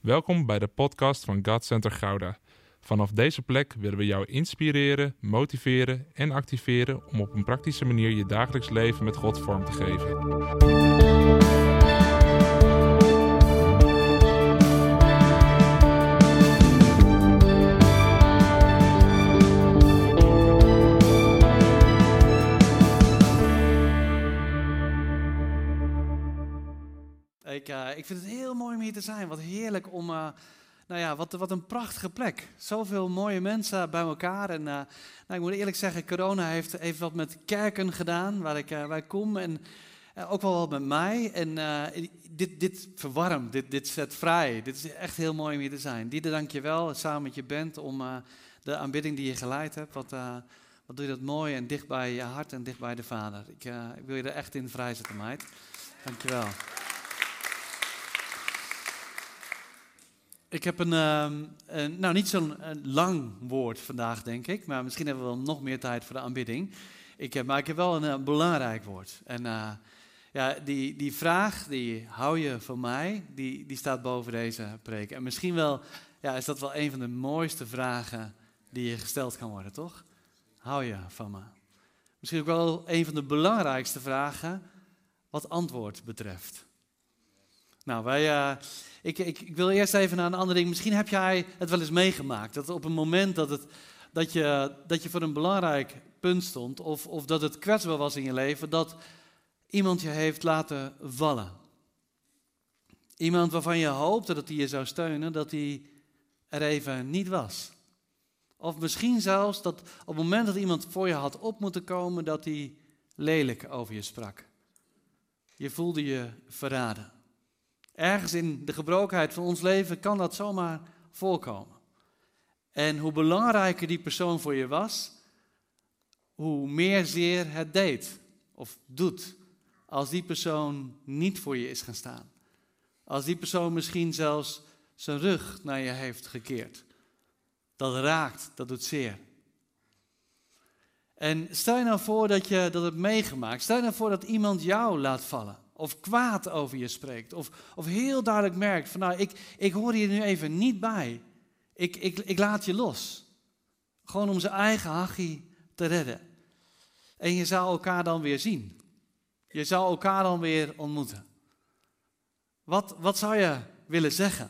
Welkom bij de podcast van God Center Gouda. Vanaf deze plek willen we jou inspireren, motiveren en activeren om op een praktische manier je dagelijks leven met God vorm te geven. Ik vind het heel mooi om hier te zijn. Wat heerlijk om, wat een prachtige plek. Zoveel mooie mensen bij elkaar. En ik moet eerlijk zeggen, corona heeft wat met kerken gedaan, waar ik kom. En ook wel wat met mij. En dit verwarmt, dit zet vrij. Dit is echt heel mooi om hier te zijn. Dieder, dank je wel, samen met je band, om de aanbidding die je geleid hebt. Wat doe je dat mooi en dicht bij je hart en dicht bij de Vader. Ik wil je er echt in vrijzetten, meid. Dank je wel. Ik heb niet zo'n lang woord vandaag, denk ik. Maar misschien hebben we wel nog meer tijd voor de aanbidding. Maar ik heb wel een belangrijk woord. En die vraag, die hou je van mij, die staat boven deze preek. En misschien wel, is dat wel een van de mooiste vragen die je gesteld kan worden, toch? Hou je van me? Misschien ook wel een van de belangrijkste vragen wat antwoord betreft. Nou, ik wil eerst even naar een ander ding. Misschien heb jij het wel eens meegemaakt. Dat op een moment dat je voor een belangrijk punt stond, of dat het kwetsbaar was in je leven, dat iemand je heeft laten vallen. Iemand waarvan je hoopte dat hij je zou steunen, dat hij er even niet was. Of misschien zelfs dat op het moment dat iemand voor je had op moeten komen, dat hij lelijk over je sprak. Je voelde je verraden. Ergens in de gebrokenheid van ons leven kan dat zomaar voorkomen. En hoe belangrijker die persoon voor je was, hoe meer zeer het deed of doet als die persoon niet voor je is gaan staan. Als die persoon misschien zelfs zijn rug naar je heeft gekeerd. Dat raakt, dat doet zeer. En stel je nou voor dat je dat hebt meegemaakt. Stel je nou voor dat iemand jou laat vallen. Of kwaad over je spreekt. Of heel duidelijk merkt van ik hoor hier nu even niet bij. Ik laat je los. Gewoon om zijn eigen hachie te redden. En je zou elkaar dan weer zien. Je zou elkaar dan weer ontmoeten. Wat zou je willen zeggen?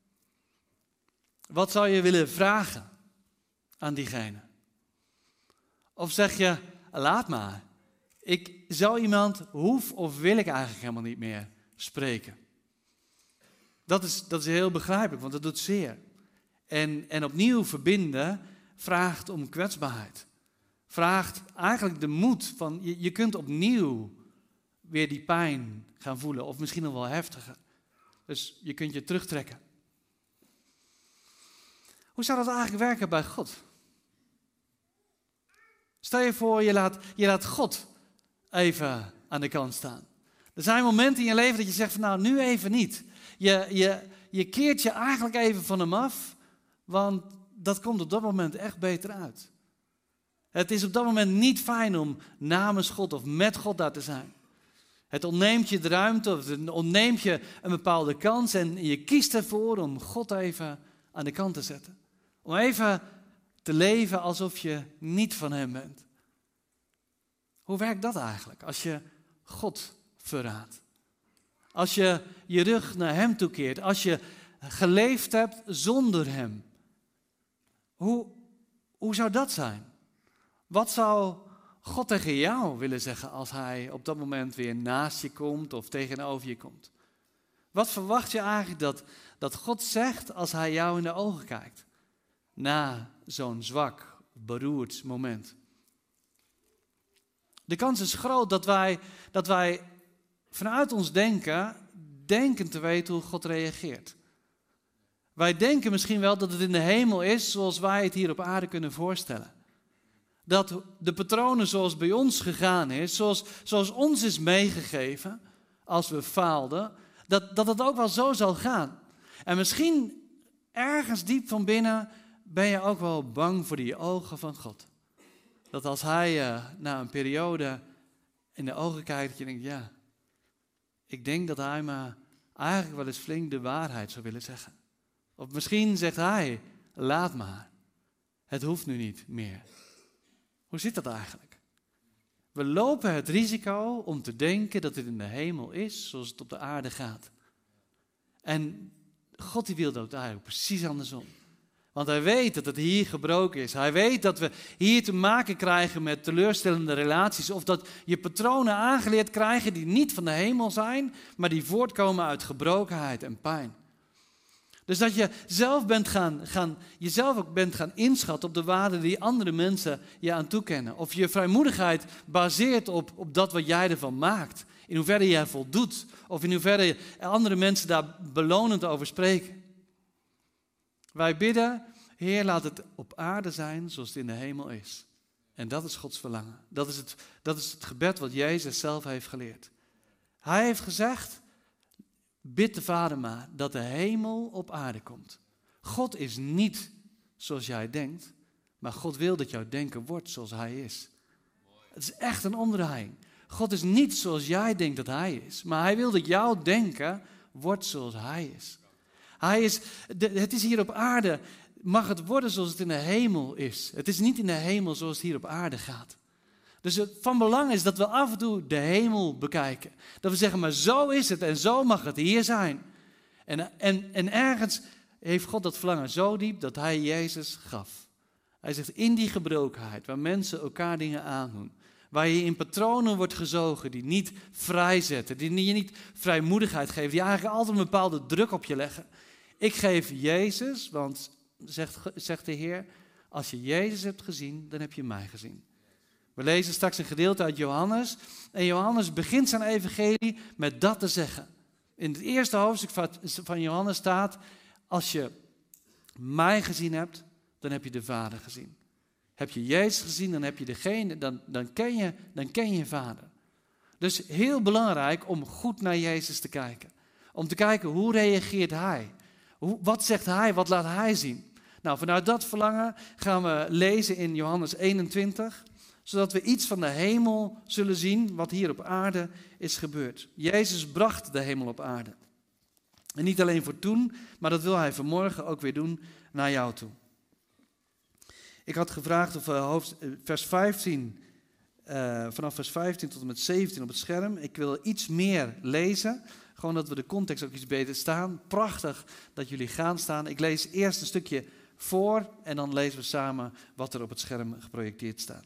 Wat zou je willen vragen aan diegene? Of zeg je, laat maar. Zou iemand hoef of wil ik eigenlijk helemaal niet meer spreken? Dat is heel begrijpelijk, want dat doet zeer. En opnieuw verbinden vraagt om kwetsbaarheid. Vraagt eigenlijk de moed van, je kunt opnieuw weer die pijn gaan voelen. Of misschien nog wel heftiger. Dus je kunt je terugtrekken. Hoe zou dat eigenlijk werken bij God? Stel je voor, je laat God even aan de kant staan. Er zijn momenten in je leven dat je zegt van nu even niet. Je keert je eigenlijk even van hem af, want dat komt op dat moment echt beter uit. Het is op dat moment niet fijn om namens God of met God daar te zijn. Het ontneemt je de ruimte of het ontneemt je een bepaalde kans en je kiest ervoor om God even aan de kant te zetten. Om even te leven alsof je niet van hem bent. Hoe werkt dat eigenlijk als je God verraadt? Als je je rug naar hem toekeert, als je geleefd hebt zonder hem. Hoe zou dat zijn? Wat zou God tegen jou willen zeggen als hij op dat moment weer naast je komt of tegenover je komt? Wat verwacht je eigenlijk dat God zegt als hij jou in de ogen kijkt? Na zo'n zwak, beroerd moment. De kans is groot dat wij vanuit ons denken te weten hoe God reageert. Wij denken misschien wel dat het in de hemel is zoals wij het hier op aarde kunnen voorstellen. Dat de patronen zoals bij ons gegaan is, zoals ons is meegegeven als we faalden, dat het ook wel zo zal gaan. En misschien ergens diep van binnen ben je ook wel bang voor die ogen van God. Dat als hij na een periode in de ogen kijkt, dat je denkt, ik denk dat hij me eigenlijk wel eens flink de waarheid zou willen zeggen. Of misschien zegt hij, laat maar. Het hoeft nu niet meer. Hoe zit dat eigenlijk? We lopen het risico om te denken dat het in de hemel is zoals het op de aarde gaat. En God die wil dat eigenlijk precies andersom. Want hij weet dat het hier gebroken is. Hij weet dat we hier te maken krijgen met teleurstellende relaties. Of dat je patronen aangeleerd krijgen die niet van de hemel zijn, maar die voortkomen uit gebrokenheid en pijn. Dus dat je zelf jezelf ook bent gaan inschatten op de waarde die andere mensen je aan toekennen. Of je vrijmoedigheid baseert op dat wat jij ervan maakt. In hoeverre jij voldoet. Of in hoeverre andere mensen daar belonend over spreken. Wij bidden, Heer, laat het op aarde zijn zoals het in de hemel is. En dat is Gods verlangen. Dat is het gebed wat Jezus zelf heeft geleerd. Hij heeft gezegd, bid de Vader maar dat de hemel op aarde komt. God is niet zoals jij denkt, maar God wil dat jouw denken wordt zoals Hij is. Het is echt een omdraaiing. God is niet zoals jij denkt dat Hij is, maar Hij wil dat jouw denken wordt zoals Hij is. Het is hier op aarde, mag het worden zoals het in de hemel is. Het is niet in de hemel zoals het hier op aarde gaat. Dus het van belang is dat we af en toe de hemel bekijken. Dat we zeggen, maar zo is het en zo mag het hier zijn. En ergens heeft God dat verlangen zo diep dat Hij Jezus gaf. Hij zegt, in die gebrokenheid, waar mensen elkaar dingen aandoen, waar je in patronen wordt gezogen die niet vrijzetten, die je niet vrijmoedigheid geven, die eigenlijk altijd een bepaalde druk op je leggen. Ik geef Jezus, want zegt de Heer, als je Jezus hebt gezien, dan heb je mij gezien. We lezen straks een gedeelte uit Johannes. En Johannes begint zijn evangelie met dat te zeggen. In het eerste hoofdstuk van Johannes staat, als je mij gezien hebt, dan heb je de Vader gezien. Heb je Jezus gezien, dan heb je degene, dan ken je Vader. Dus heel belangrijk om goed naar Jezus te kijken. Om te kijken, hoe reageert Hij? Wat zegt Hij? Wat laat Hij zien? Nou, vanuit dat verlangen gaan we lezen in Johannes 21, zodat we iets van de hemel zullen zien wat hier op aarde is gebeurd. Jezus bracht de hemel op aarde. En niet alleen voor toen, maar dat wil Hij vanmorgen ook weer doen naar jou toe. Ik had gevraagd of vers 15, vanaf vers 15 tot en met 17 op het scherm. Ik wil iets meer lezen, gewoon dat we de context ook iets beter staan. Prachtig dat jullie gaan staan. Ik lees eerst een stukje voor en dan lezen we samen wat er op het scherm geprojecteerd staat.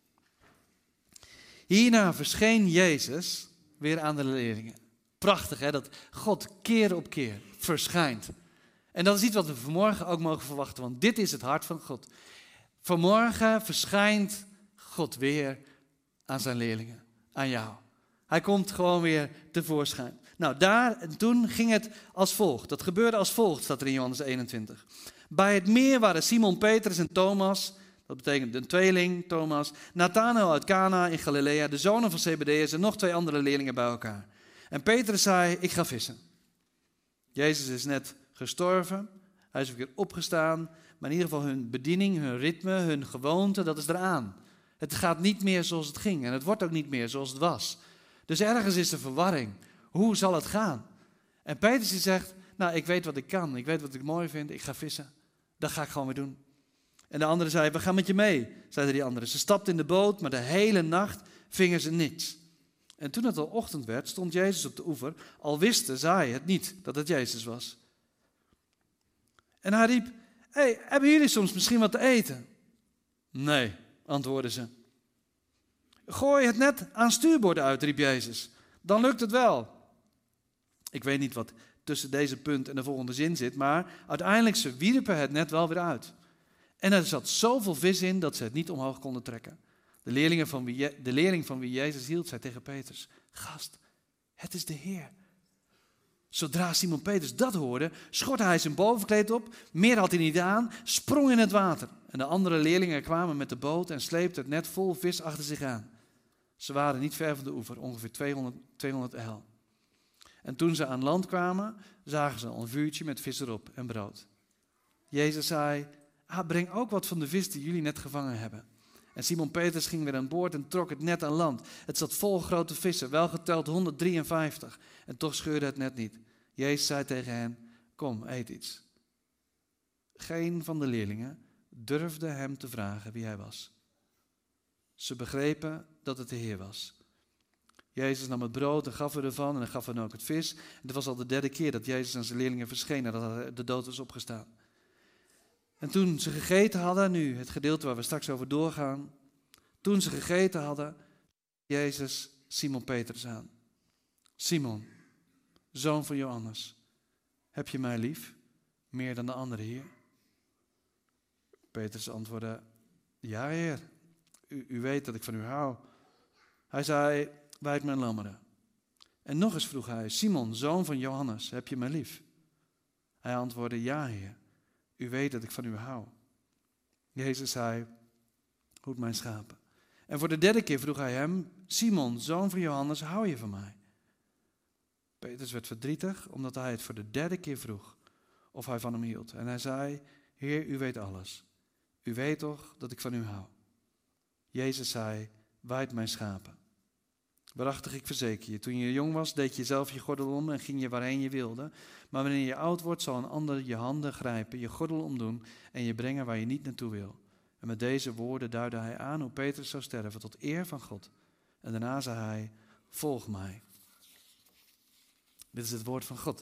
Hierna verscheen Jezus weer aan de leerlingen. Prachtig hè, dat God keer op keer verschijnt. En dat is iets wat we vanmorgen ook mogen verwachten, want dit is het hart van God. Vanmorgen verschijnt God weer aan zijn leerlingen, aan jou. Hij komt gewoon weer tevoorschijn. Nou, toen ging het als volgt. Dat gebeurde als volgt, staat er in Johannes 21. Bij het meer waren Simon Petrus en Thomas, dat betekent een tweeling, Thomas, Nathanael uit Cana in Galilea, de zonen van Zebedeus en nog 2 andere leerlingen bij elkaar. En Petrus zei, ik ga vissen. Jezus is net gestorven, hij is weer opgestaan, maar in ieder geval hun bediening, hun ritme, hun gewoonte, dat is eraan. Het gaat niet meer zoals het ging en het wordt ook niet meer zoals het was. Dus ergens is er verwarring. Hoe zal het gaan? En Petrus die zegt, nou ik weet wat ik kan, ik weet wat ik mooi vind, ik ga vissen. Dat ga ik gewoon weer doen. En de andere zei, we gaan met je mee, zeiden die anderen. Ze stapten in de boot, maar de hele nacht vingen ze niets. En toen het al ochtend werd, stond Jezus op de oever, al wisten zij het niet dat het Jezus was. En hij riep, hey, hebben jullie soms misschien wat te eten? Nee, antwoordden ze. Gooi het net aan stuurboord uit, riep Jezus. Dan lukt het wel. Ik weet niet wat tussen deze punt en de volgende zin zit, maar uiteindelijk ze wierpen het net wel weer uit. En er zat zoveel vis in dat ze het niet omhoog konden trekken. De leerling van wie Jezus hield, zei tegen Petrus, gast, het is de Heer. Zodra Simon Petrus dat hoorde, schortte hij zijn bovenkleed op, meer had hij niet aan, sprong in het water. En de andere leerlingen kwamen met de boot en sleepten het net vol vis achter zich aan. Ze waren niet ver van de oever, ongeveer 200 el. En toen ze aan land kwamen, zagen ze een vuurtje met vis erop en brood. Jezus zei, breng ook wat van de vis die jullie net gevangen hebben. En Simon Petrus ging weer aan boord en trok het net aan land. Het zat vol grote vissen, wel geteld 153. En toch scheurde het net niet. Jezus zei tegen hen, kom, eet iets. geen van de leerlingen durfde hem te vragen wie hij was. Ze begrepen dat het de Heer was. Jezus nam het brood en gaf ervan en hij gaf hen ook het vis. En het was al de derde keer dat Jezus aan zijn leerlingen verscheen nadat de dood was opgestaan. En toen ze gegeten hadden, nu het gedeelte waar we straks over doorgaan. Toen ze gegeten hadden, Jezus Simon Petrus aan. Simon, zoon van Johannes, heb je mij lief, meer dan de anderen hier? Petrus antwoordde, ja Heer, u weet dat ik van u hou. Hij zei, wijd mijn lammeren. En nog eens vroeg hij, Simon, zoon van Johannes, heb je mij lief? Hij antwoordde, ja Heer, u weet dat ik van u hou. Jezus zei, hoed mijn schapen. En voor de derde keer vroeg hij hem, Simon, zoon van Johannes, hou je van mij? Petrus werd verdrietig, omdat hij het voor de derde keer vroeg of hij van hem hield. En hij zei, Heer, u weet alles. U weet toch dat ik van u hou? Jezus zei, wijd mijn schapen. Waarachtig, ik verzeker je, toen je jong was, deed je zelf je gordel om en ging je waarheen je wilde. Maar wanneer je oud wordt, zal een ander je handen grijpen, je gordel omdoen en je brengen waar je niet naartoe wil. En met deze woorden duidde hij aan hoe Petrus zou sterven tot eer van God. En daarna zei hij, volg mij. Dit is het woord van God.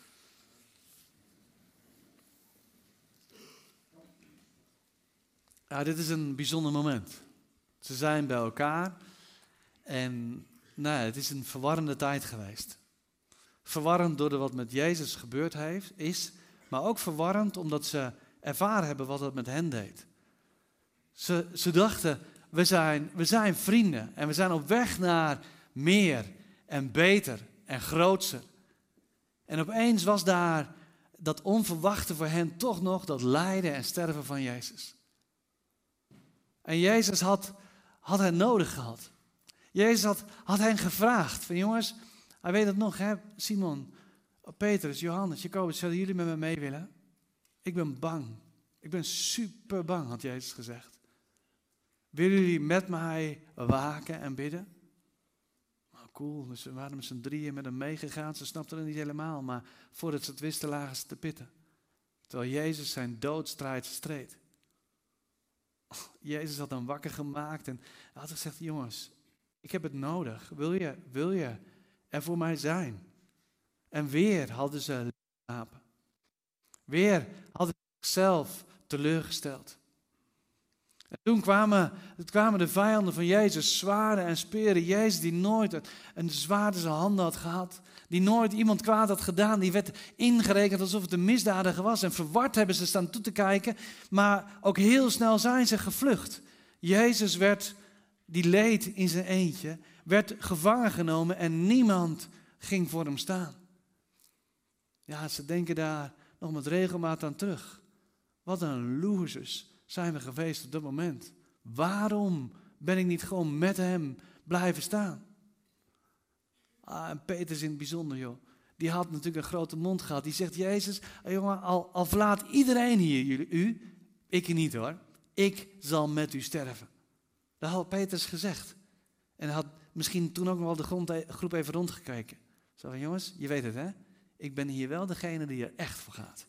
Ja, dit is een bijzonder moment. Ze zijn bij elkaar en het is een verwarrende tijd geweest. Verwarrend door wat met Jezus gebeurd is, maar ook verwarrend omdat ze ervaren hebben wat het met hen deed. Ze dachten, we zijn vrienden en we zijn op weg naar meer en beter en grootser. En opeens was daar dat onverwachte voor hen toch nog dat lijden en sterven van Jezus. En Jezus had hen nodig gehad. Jezus had hen gevraagd van jongens, hij weet het nog, hè? Simon, Petrus, Johannes, Jacobus, zullen jullie met me mee willen? Ik ben bang. Ik ben super bang, had Jezus gezegd. Willen jullie met mij waken en bidden? Nou, cool, dus we waren met z'n drieën met hem meegegaan. Ze snapten het niet helemaal, maar voordat ze het wisten lagen ze te pitten. Terwijl Jezus zijn doodstrijd streed. Jezus had hem wakker gemaakt en hij had gezegd, jongens, ik heb het nodig. Wil je er voor mij zijn? En weer hadden ze slapen. Weer hadden ze zichzelf teleurgesteld. En toen kwamen de vijanden van Jezus, zwaarden en speren. Jezus die nooit een zwaard in zijn handen had gehad. Die nooit iemand kwaad had gedaan. Die werd ingerekend alsof het een misdadiger was. En verward hebben ze staan toe te kijken. Maar ook heel snel zijn ze gevlucht. Jezus die leed in zijn eentje, werd gevangen genomen en niemand ging voor hem staan. Ja, ze denken daar nog met regelmaat aan terug. Wat een losers zijn we geweest op dat moment. Waarom ben ik niet gewoon met hem blijven staan? En Petrus in het bijzonder, joh. Die had natuurlijk een grote mond gehad. Die zegt, Jezus, jongen, al verlaat iedereen hier u, ik niet hoor. Ik zal met u sterven. Dat had Petrus gezegd. En hij had misschien toen ook nog wel de groep even rondgekeken. Zo van, jongens, je weet het hè. Ik ben hier wel degene die er echt voor gaat.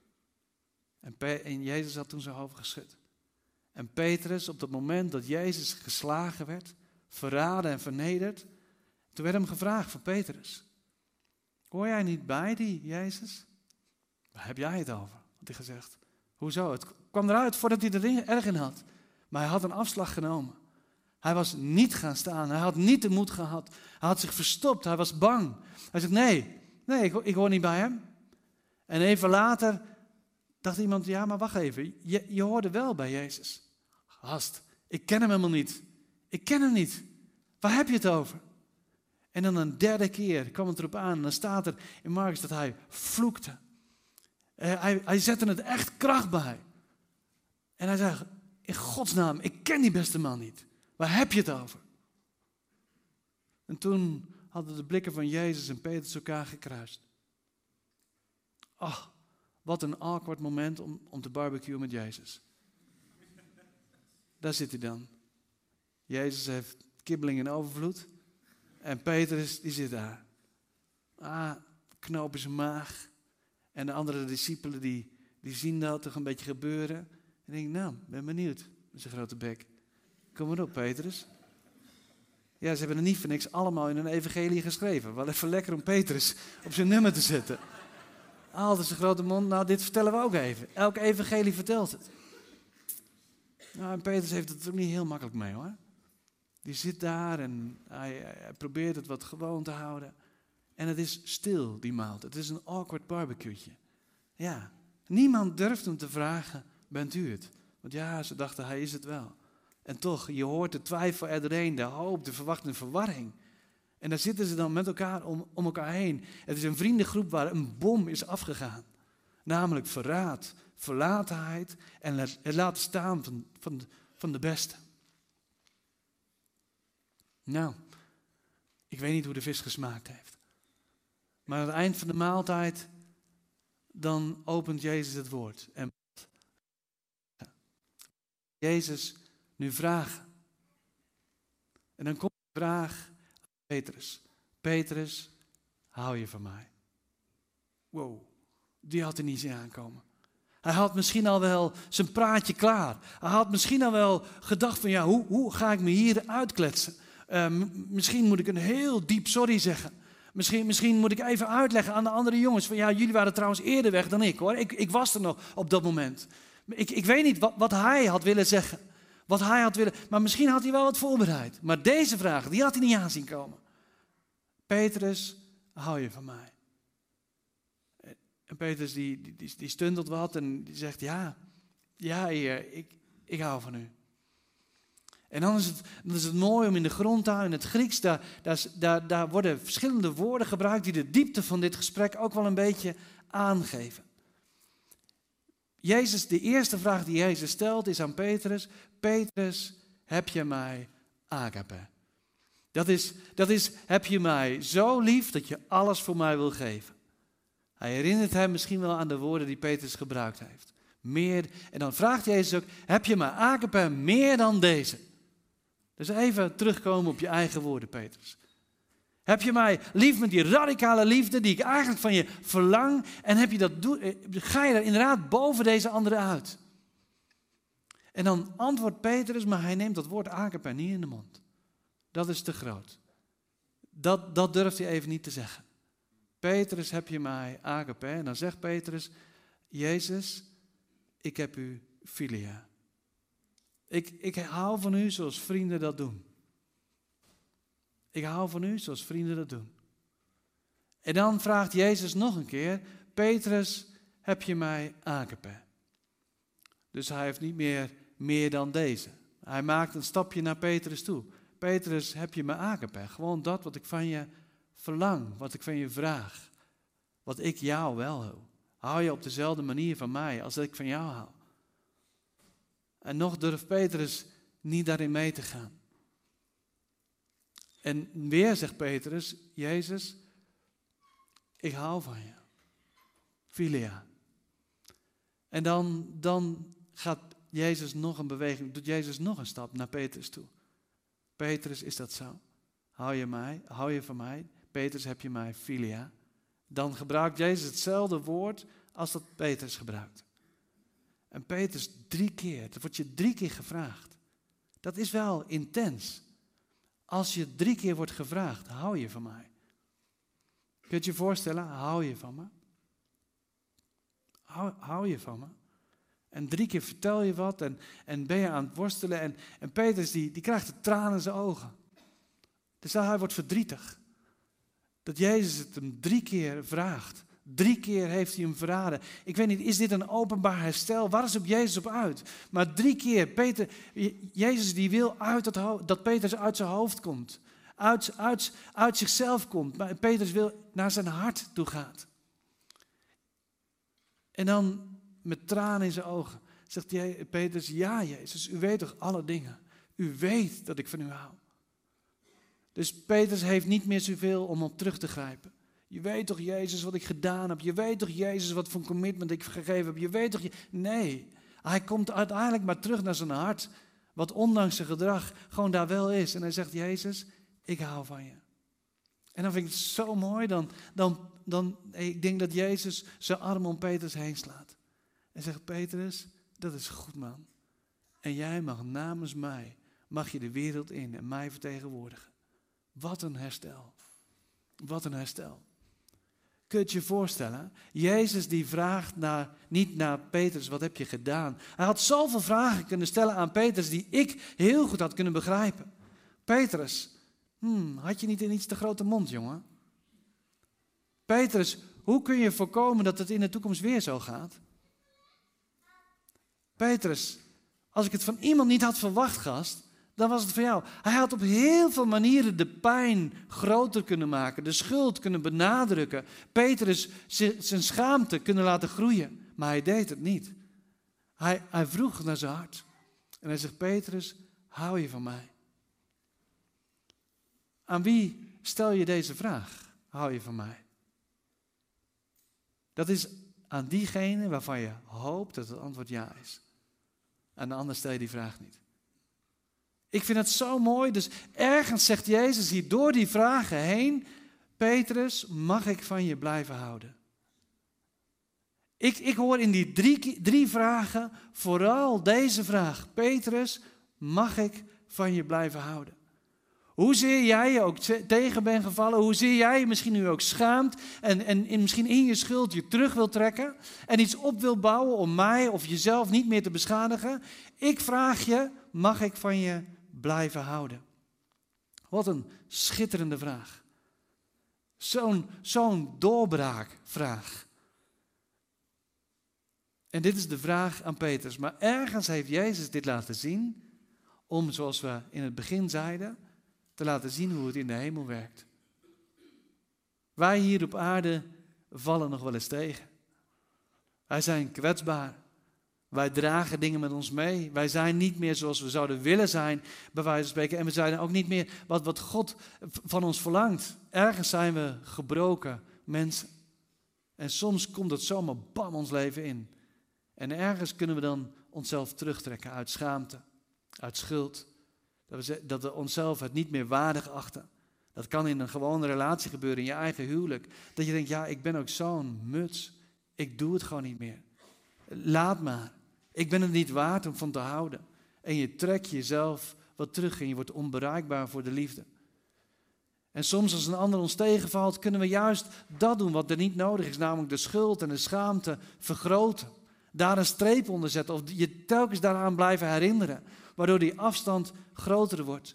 En Jezus had toen zijn hoofd geschud. En Petrus, op het moment dat Jezus geslagen werd, verraden en vernederd, toen werd hem gevraagd van Petrus, hoor jij niet bij die Jezus? Waar heb jij het over? Had hij gezegd. Hoezo? Het kwam eruit voordat hij er erg in had. Maar hij had een afslag genomen. Hij was niet gaan staan. Hij had niet de moed gehad. Hij had zich verstopt. Hij was bang. Hij zegt, nee, ik hoor niet bij hem. En even later dacht iemand, ja, maar wacht even. Je hoorde wel bij Jezus. Gast, ik ken hem helemaal niet. Ik ken hem niet. Waar heb je het over? En dan een derde keer kwam het erop aan. En dan staat er in Markus dat hij vloekte. Hij zette het echt kracht bij. En hij zei, in Gods naam, ik ken die beste man niet. Waar heb je het over? En toen hadden de blikken van Jezus en Petrus elkaar gekruist. Ach, wat een awkward moment om te barbecuen met Jezus. Daar zit hij dan. Jezus heeft kibbeling in overvloed. En Petrus, die zit daar. Knoop in zijn maag. En de andere discipelen, die zien dat toch een beetje gebeuren. En denk, nou, ben benieuwd met zijn grote bek. Kom maar op, Petrus. Ja, ze hebben er niet voor niks allemaal in een evangelie geschreven. Wel even lekker om Petrus op zijn nummer te zetten. Altijd zijn grote mond. Nou, dit vertellen we ook even. Elke evangelie vertelt het. Nou, en Petrus heeft het er ook niet heel makkelijk mee, hoor. Die zit daar en hij probeert het wat gewoon te houden. En het is stil, die maaltijd. Het is een awkward barbecue'tje. Ja, niemand durft hem te vragen, bent u het? Want ja, ze dachten, hij is het wel. En toch, je hoort de twijfel er doorheen, de hoop, de verwachting, de verwarring. En daar zitten ze dan met elkaar om elkaar heen. Het is een vriendengroep waar een bom is afgegaan. Namelijk verraad, verlatenheid en het laten staan van de beste. Nou, ik weet niet hoe de vis gesmaakt heeft. Maar aan het eind van de maaltijd, dan opent Jezus het woord. En Jezus nu vragen. En dan komt de vraag aan Petrus. Petrus, hou je van mij? Wow, die had er niet zien aankomen. Hij had misschien al wel zijn praatje klaar. Hij had misschien al wel gedacht van ja, hoe ga ik me hier uitkletsen? Misschien moet ik een heel diep sorry zeggen. Misschien moet ik even uitleggen aan de andere jongens. Van ja, jullie waren trouwens eerder weg dan ik, hoor. Ik was er nog op dat moment. Ik weet niet wat hij had willen zeggen. Wat hij had willen. Maar misschien had hij wel wat voorbereid. Maar deze vraag, die had hij niet aan zien komen. Petrus, hou je van mij? En Petrus die stuntelt wat en die zegt ja Heer, ik hou van u. En dan is het mooi om in de grondtaal, in het Grieks, daar worden verschillende woorden gebruikt die de diepte van dit gesprek ook wel een beetje aangeven. De eerste vraag die Jezus stelt is aan Petrus: Petrus, heb je mij agape? Dat is, heb je mij zo lief dat je alles voor mij wil geven? Hij herinnert hem misschien wel aan de woorden die Petrus gebruikt heeft. Meer, en dan vraagt Jezus ook: heb je mij agape meer dan deze? Dus even terugkomen op je eigen woorden, Petrus. Heb je mij lief met die radicale liefde die ik eigenlijk van je verlang? En ga je er inderdaad boven deze anderen uit? En dan antwoordt Petrus, maar hij neemt dat woord agape niet in de mond. Dat is te groot. Dat durft hij even niet te zeggen. Petrus, heb je mij agape? En dan zegt Petrus: Jezus, ik heb u philia. Ik hou van u zoals vrienden dat doen. Ik hou van u zoals vrienden dat doen. En dan vraagt Jezus nog een keer: Petrus, heb je mij agape? Dus hij heeft niet meer dan deze. Hij maakt een stapje naar Petrus toe. Petrus, heb je me agape? Gewoon dat wat ik van je verlang, wat ik van je vraag. Wat ik jou wel hou. Hou je op dezelfde manier van mij als ik van jou hou? En nog durft Petrus niet daarin mee te gaan. En weer zegt Petrus: Jezus, ik hou van je. Philia. En dan gaat Jezus nog een beweging, doet Jezus nog een stap naar Petrus toe. Petrus, is dat zo? Hou je van mij? Petrus, heb je mij? Philia. Dan gebruikt Jezus hetzelfde woord als dat Petrus gebruikt. En Petrus 3 keer, dat wordt je 3 keer gevraagd. Dat is wel intens. Als je 3 keer wordt gevraagd, hou je van mij? Kun je het je voorstellen, hou je van me? Hou je van me? En 3 keer vertel je wat en ben je aan het worstelen. En Petrus die krijgt de tranen in zijn ogen. Dus hij wordt verdrietig. Dat Jezus het hem 3 keer vraagt. 3 keer heeft hij hem verraden. Ik weet niet, is dit een openbaar herstel? Waar is op Jezus op uit? Maar 3 keer, Jezus die wil dat Petrus uit zijn hoofd komt. Uit zichzelf komt. Maar Petrus wil naar zijn hart toe gaat. En dan met tranen in zijn ogen zegt Petrus: ja Jezus, u weet toch alle dingen. U weet dat ik van u hou. Dus Petrus heeft niet meer zoveel om op terug te grijpen. Je weet toch Jezus wat ik gedaan heb. Je weet toch Jezus wat voor commitment ik gegeven heb. Je weet toch. Nee, hij komt uiteindelijk maar terug naar zijn hart. Wat ondanks zijn gedrag gewoon daar wel is. En hij zegt: Jezus, ik hou van je. En dan vind ik het zo mooi. Ik denk dat Jezus zijn arm om Petrus heen slaat. En zegt, Petrus, dat is goed, man. En jij mag namens mij, mag je de wereld in en mij vertegenwoordigen. Wat een herstel. Wat een herstel. Kun je het je voorstellen? Jezus die vraagt niet naar Petrus, wat heb je gedaan? Hij had zoveel vragen kunnen stellen aan Petrus die ik heel goed had kunnen begrijpen. Petrus, had je niet een iets te grote mond, jongen? Petrus, hoe kun je voorkomen dat het in de toekomst weer zo gaat? Petrus, als ik het van iemand niet had verwacht, gast, dan was het van jou. Hij had op heel veel manieren de pijn groter kunnen maken, de schuld kunnen benadrukken. Petrus zijn schaamte kunnen laten groeien, maar hij deed het niet. Hij vroeg naar zijn hart. En hij zegt, Petrus, hou je van mij? Aan wie stel je deze vraag? Hou je van mij? Dat is aan diegene waarvan je hoopt dat het antwoord ja is. Aan de ander stel je die vraag niet. Ik vind het zo mooi. Dus ergens zegt Jezus hier door die vragen heen, Petrus, mag ik van je blijven houden? Ik hoor in die drie vragen vooral deze vraag. Petrus, mag ik van je blijven houden? Hoezeer jij je ook tegen bent gevallen, hoezeer jij je misschien nu ook schaamt en misschien in je schuld je terug wil trekken en iets op wil bouwen om mij of jezelf niet meer te beschadigen. Ik vraag je, mag ik van je blijven houden? Wat een schitterende vraag. Zo'n doorbraakvraag. En dit is de vraag aan Petrus. Maar ergens heeft Jezus dit laten zien om, zoals we in het begin zeiden, te laten zien hoe het in de hemel werkt. Wij hier op aarde vallen nog wel eens tegen. Wij zijn kwetsbaar. Wij dragen dingen met ons mee. Wij zijn niet meer zoals we zouden willen zijn, bij wijze van spreken. En we zijn ook niet meer wat God van ons verlangt. Ergens zijn we gebroken mensen. En soms komt het zomaar bam ons leven in. En ergens kunnen we dan onszelf terugtrekken uit schaamte, uit schuld. Dat we onszelf het niet meer waardig achten. Dat kan in een gewone relatie gebeuren, in je eigen huwelijk. Dat je denkt, ja, ik ben ook zo'n muts. Ik doe het gewoon niet meer. Laat maar. Ik ben het niet waard om van te houden. En je trekt jezelf wat terug en je wordt onbereikbaar voor de liefde. En soms als een ander ons tegenvalt, kunnen we juist dat doen wat er niet nodig is. Namelijk de schuld en de schaamte vergroten. Daar een streep onder zetten of je telkens daaraan blijven herinneren. Waardoor die afstand groter wordt.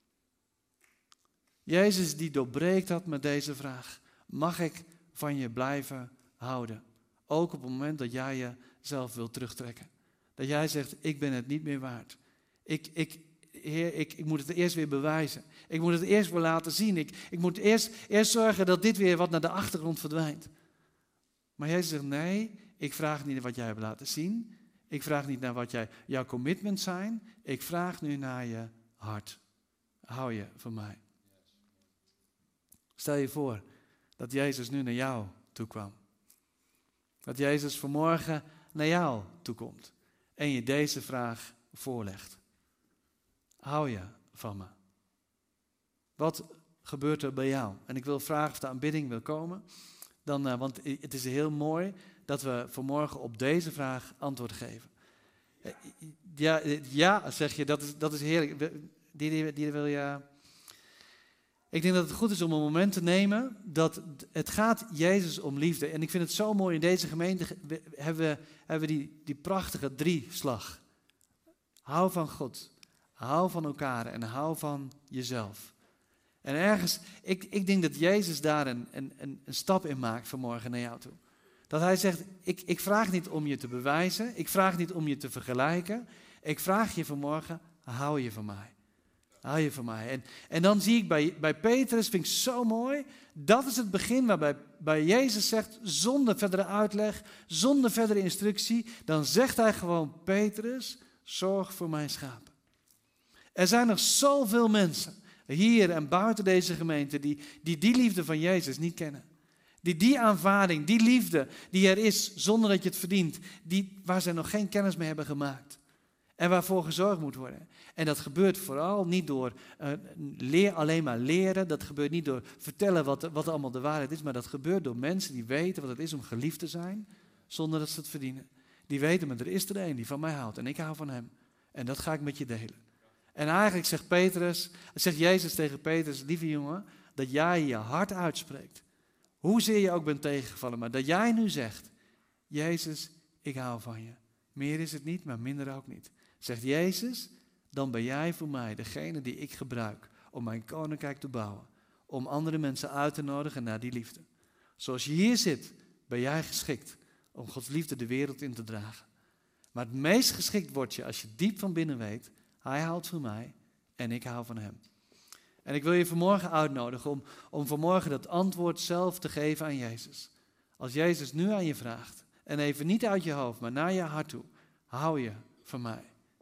Jezus die doorbreekt dat met deze vraag. Mag ik van je blijven houden? Ook op het moment dat jij jezelf wilt terugtrekken. Dat jij zegt, ik ben het niet meer waard. Heer, ik moet het eerst weer bewijzen. Ik moet het eerst weer laten zien. Ik moet eerst zorgen dat dit weer wat naar de achtergrond verdwijnt. Maar Jezus zegt, nee, ik vraag niet naar wat jij hebt laten zien. Ik vraag niet naar wat jouw commitments zijn. Ik vraag nu naar je hart. Hou je van mij? Stel je voor dat Jezus nu naar jou toe kwam. Dat Jezus vanmorgen naar jou toe komt. En je deze vraag voorlegt. Hou je van me? Wat gebeurt er bij jou? En ik wil vragen of de aanbidding wil komen. Want het is heel mooi dat we vanmorgen op deze vraag antwoord geven. Ja, zeg je, dat is heerlijk. Die wil je. Ik denk dat het goed is om een moment te nemen dat het gaat Jezus om liefde. En ik vind het zo mooi, in deze gemeente hebben we die prachtige 3-slag. Hou van God, hou van elkaar en hou van jezelf. En ergens, ik denk dat Jezus daar een stap in maakt vanmorgen naar jou toe. Dat hij zegt, ik vraag niet om je te bewijzen, ik vraag niet om je te vergelijken. Ik vraag je vanmorgen, hou je van mij. Hou je van mij. En dan zie ik bij Petrus, vind ik zo mooi, dat is het begin waarbij Jezus zegt, zonder verdere uitleg, zonder verdere instructie, dan zegt hij gewoon, Petrus, zorg voor mijn schapen. Er zijn nog zoveel mensen, hier en buiten deze gemeente, die liefde van Jezus niet kennen. Die aanvaarding, die liefde die er is, zonder dat je het verdient, waar ze nog geen kennis mee hebben gemaakt. En waarvoor gezorgd moet worden. En dat gebeurt vooral niet door alleen maar leren. Dat gebeurt niet door vertellen wat allemaal de waarheid is. Maar dat gebeurt door mensen die weten wat het is om geliefd te zijn. Zonder dat ze het verdienen. die weten, maar er is er één die van mij houdt en ik hou van hem. En dat ga ik met je delen. En eigenlijk zegt Jezus tegen Petrus, lieve jongen, dat jij je hart uitspreekt. Hoezeer je ook bent tegengevallen, maar dat jij nu zegt, Jezus, ik hou van je. Meer is het niet, maar minder ook niet. Zegt Jezus, dan ben jij voor mij degene die ik gebruik om mijn koninkrijk te bouwen. Om andere mensen uit te nodigen naar die liefde. Zoals je hier zit, ben jij geschikt om Gods liefde de wereld in te dragen. Maar het meest geschikt word je als je diep van binnen weet, hij houdt van mij en ik hou van hem. En ik wil je vanmorgen uitnodigen om vanmorgen dat antwoord zelf te geven aan Jezus. Als Jezus nu aan je vraagt, en even niet uit je hoofd, maar naar je hart toe, hou je van mij.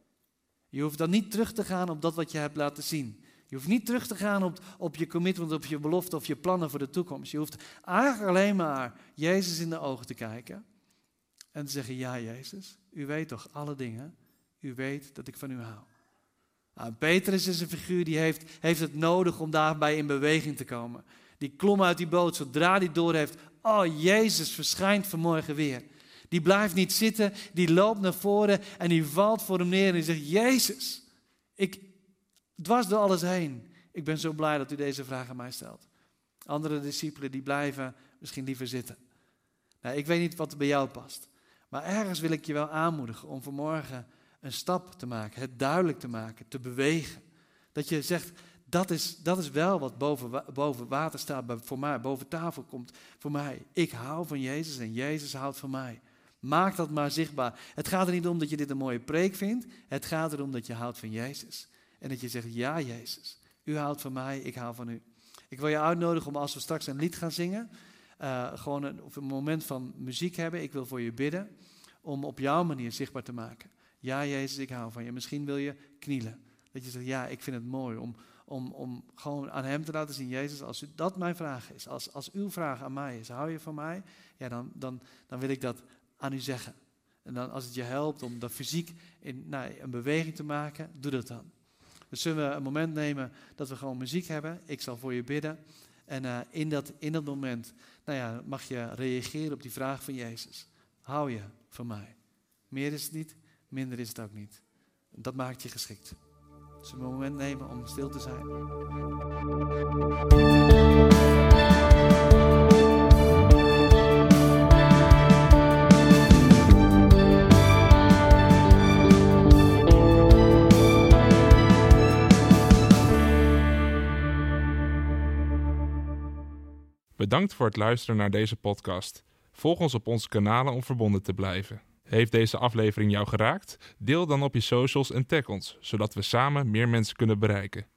Je hoeft dan niet terug te gaan op dat wat je hebt laten zien. Je hoeft niet terug te gaan op je commitment, op je belofte of je plannen voor de toekomst. Je hoeft eigenlijk alleen maar Jezus in de ogen te kijken en te zeggen, ja Jezus, u weet toch alle dingen, u weet dat ik van u hou. Nou, Petrus is een figuur die heeft het nodig om daarbij in beweging te komen. Die klom uit die boot zodra hij doorheeft, oh Jezus verschijnt vanmorgen weer. Die blijft niet zitten, die loopt naar voren en die valt voor hem neer en die zegt, Jezus, ik dwars door alles heen. Ik ben zo blij dat u deze vraag aan mij stelt. Andere discipelen die blijven misschien liever zitten. Nou, ik weet niet wat er bij jou past. Maar ergens wil ik je wel aanmoedigen om vanmorgen een stap te maken, het duidelijk te maken, te bewegen. Dat je zegt, dat is wel wat boven water staat voor mij, boven tafel komt voor mij. Ik hou van Jezus en Jezus houdt van mij. Maak dat maar zichtbaar. Het gaat er niet om dat je dit een mooie preek vindt. Het gaat erom dat je houdt van Jezus. En dat je zegt, ja Jezus, u houdt van mij, ik hou van u. Ik wil je uitnodigen om als we straks een lied gaan zingen, gewoon een moment van muziek hebben. Ik wil voor je bidden om op jouw manier zichtbaar te maken. Ja Jezus, ik hou van je. Misschien wil je knielen. Dat je zegt, ja, ik vind het mooi om gewoon aan hem te laten zien. Jezus, als dat mijn vraag is, als uw vraag aan mij is, hou je van mij? Ja, dan wil ik dat aan u zeggen. En dan als het je helpt om dat fysiek een beweging te maken, doe dat dan. Dus zullen we een moment nemen dat we gewoon muziek hebben. Ik zal voor je bidden. En in dat moment mag je reageren op die vraag van Jezus. Hou je van mij? Meer is het niet, minder is het ook niet. Dat maakt je geschikt. Zullen we een moment nemen om stil te zijn? Bedankt voor het luisteren naar deze podcast. Volg ons op onze kanalen om verbonden te blijven. Heeft deze aflevering jou geraakt? Deel dan op je socials en tag ons, zodat we samen meer mensen kunnen bereiken.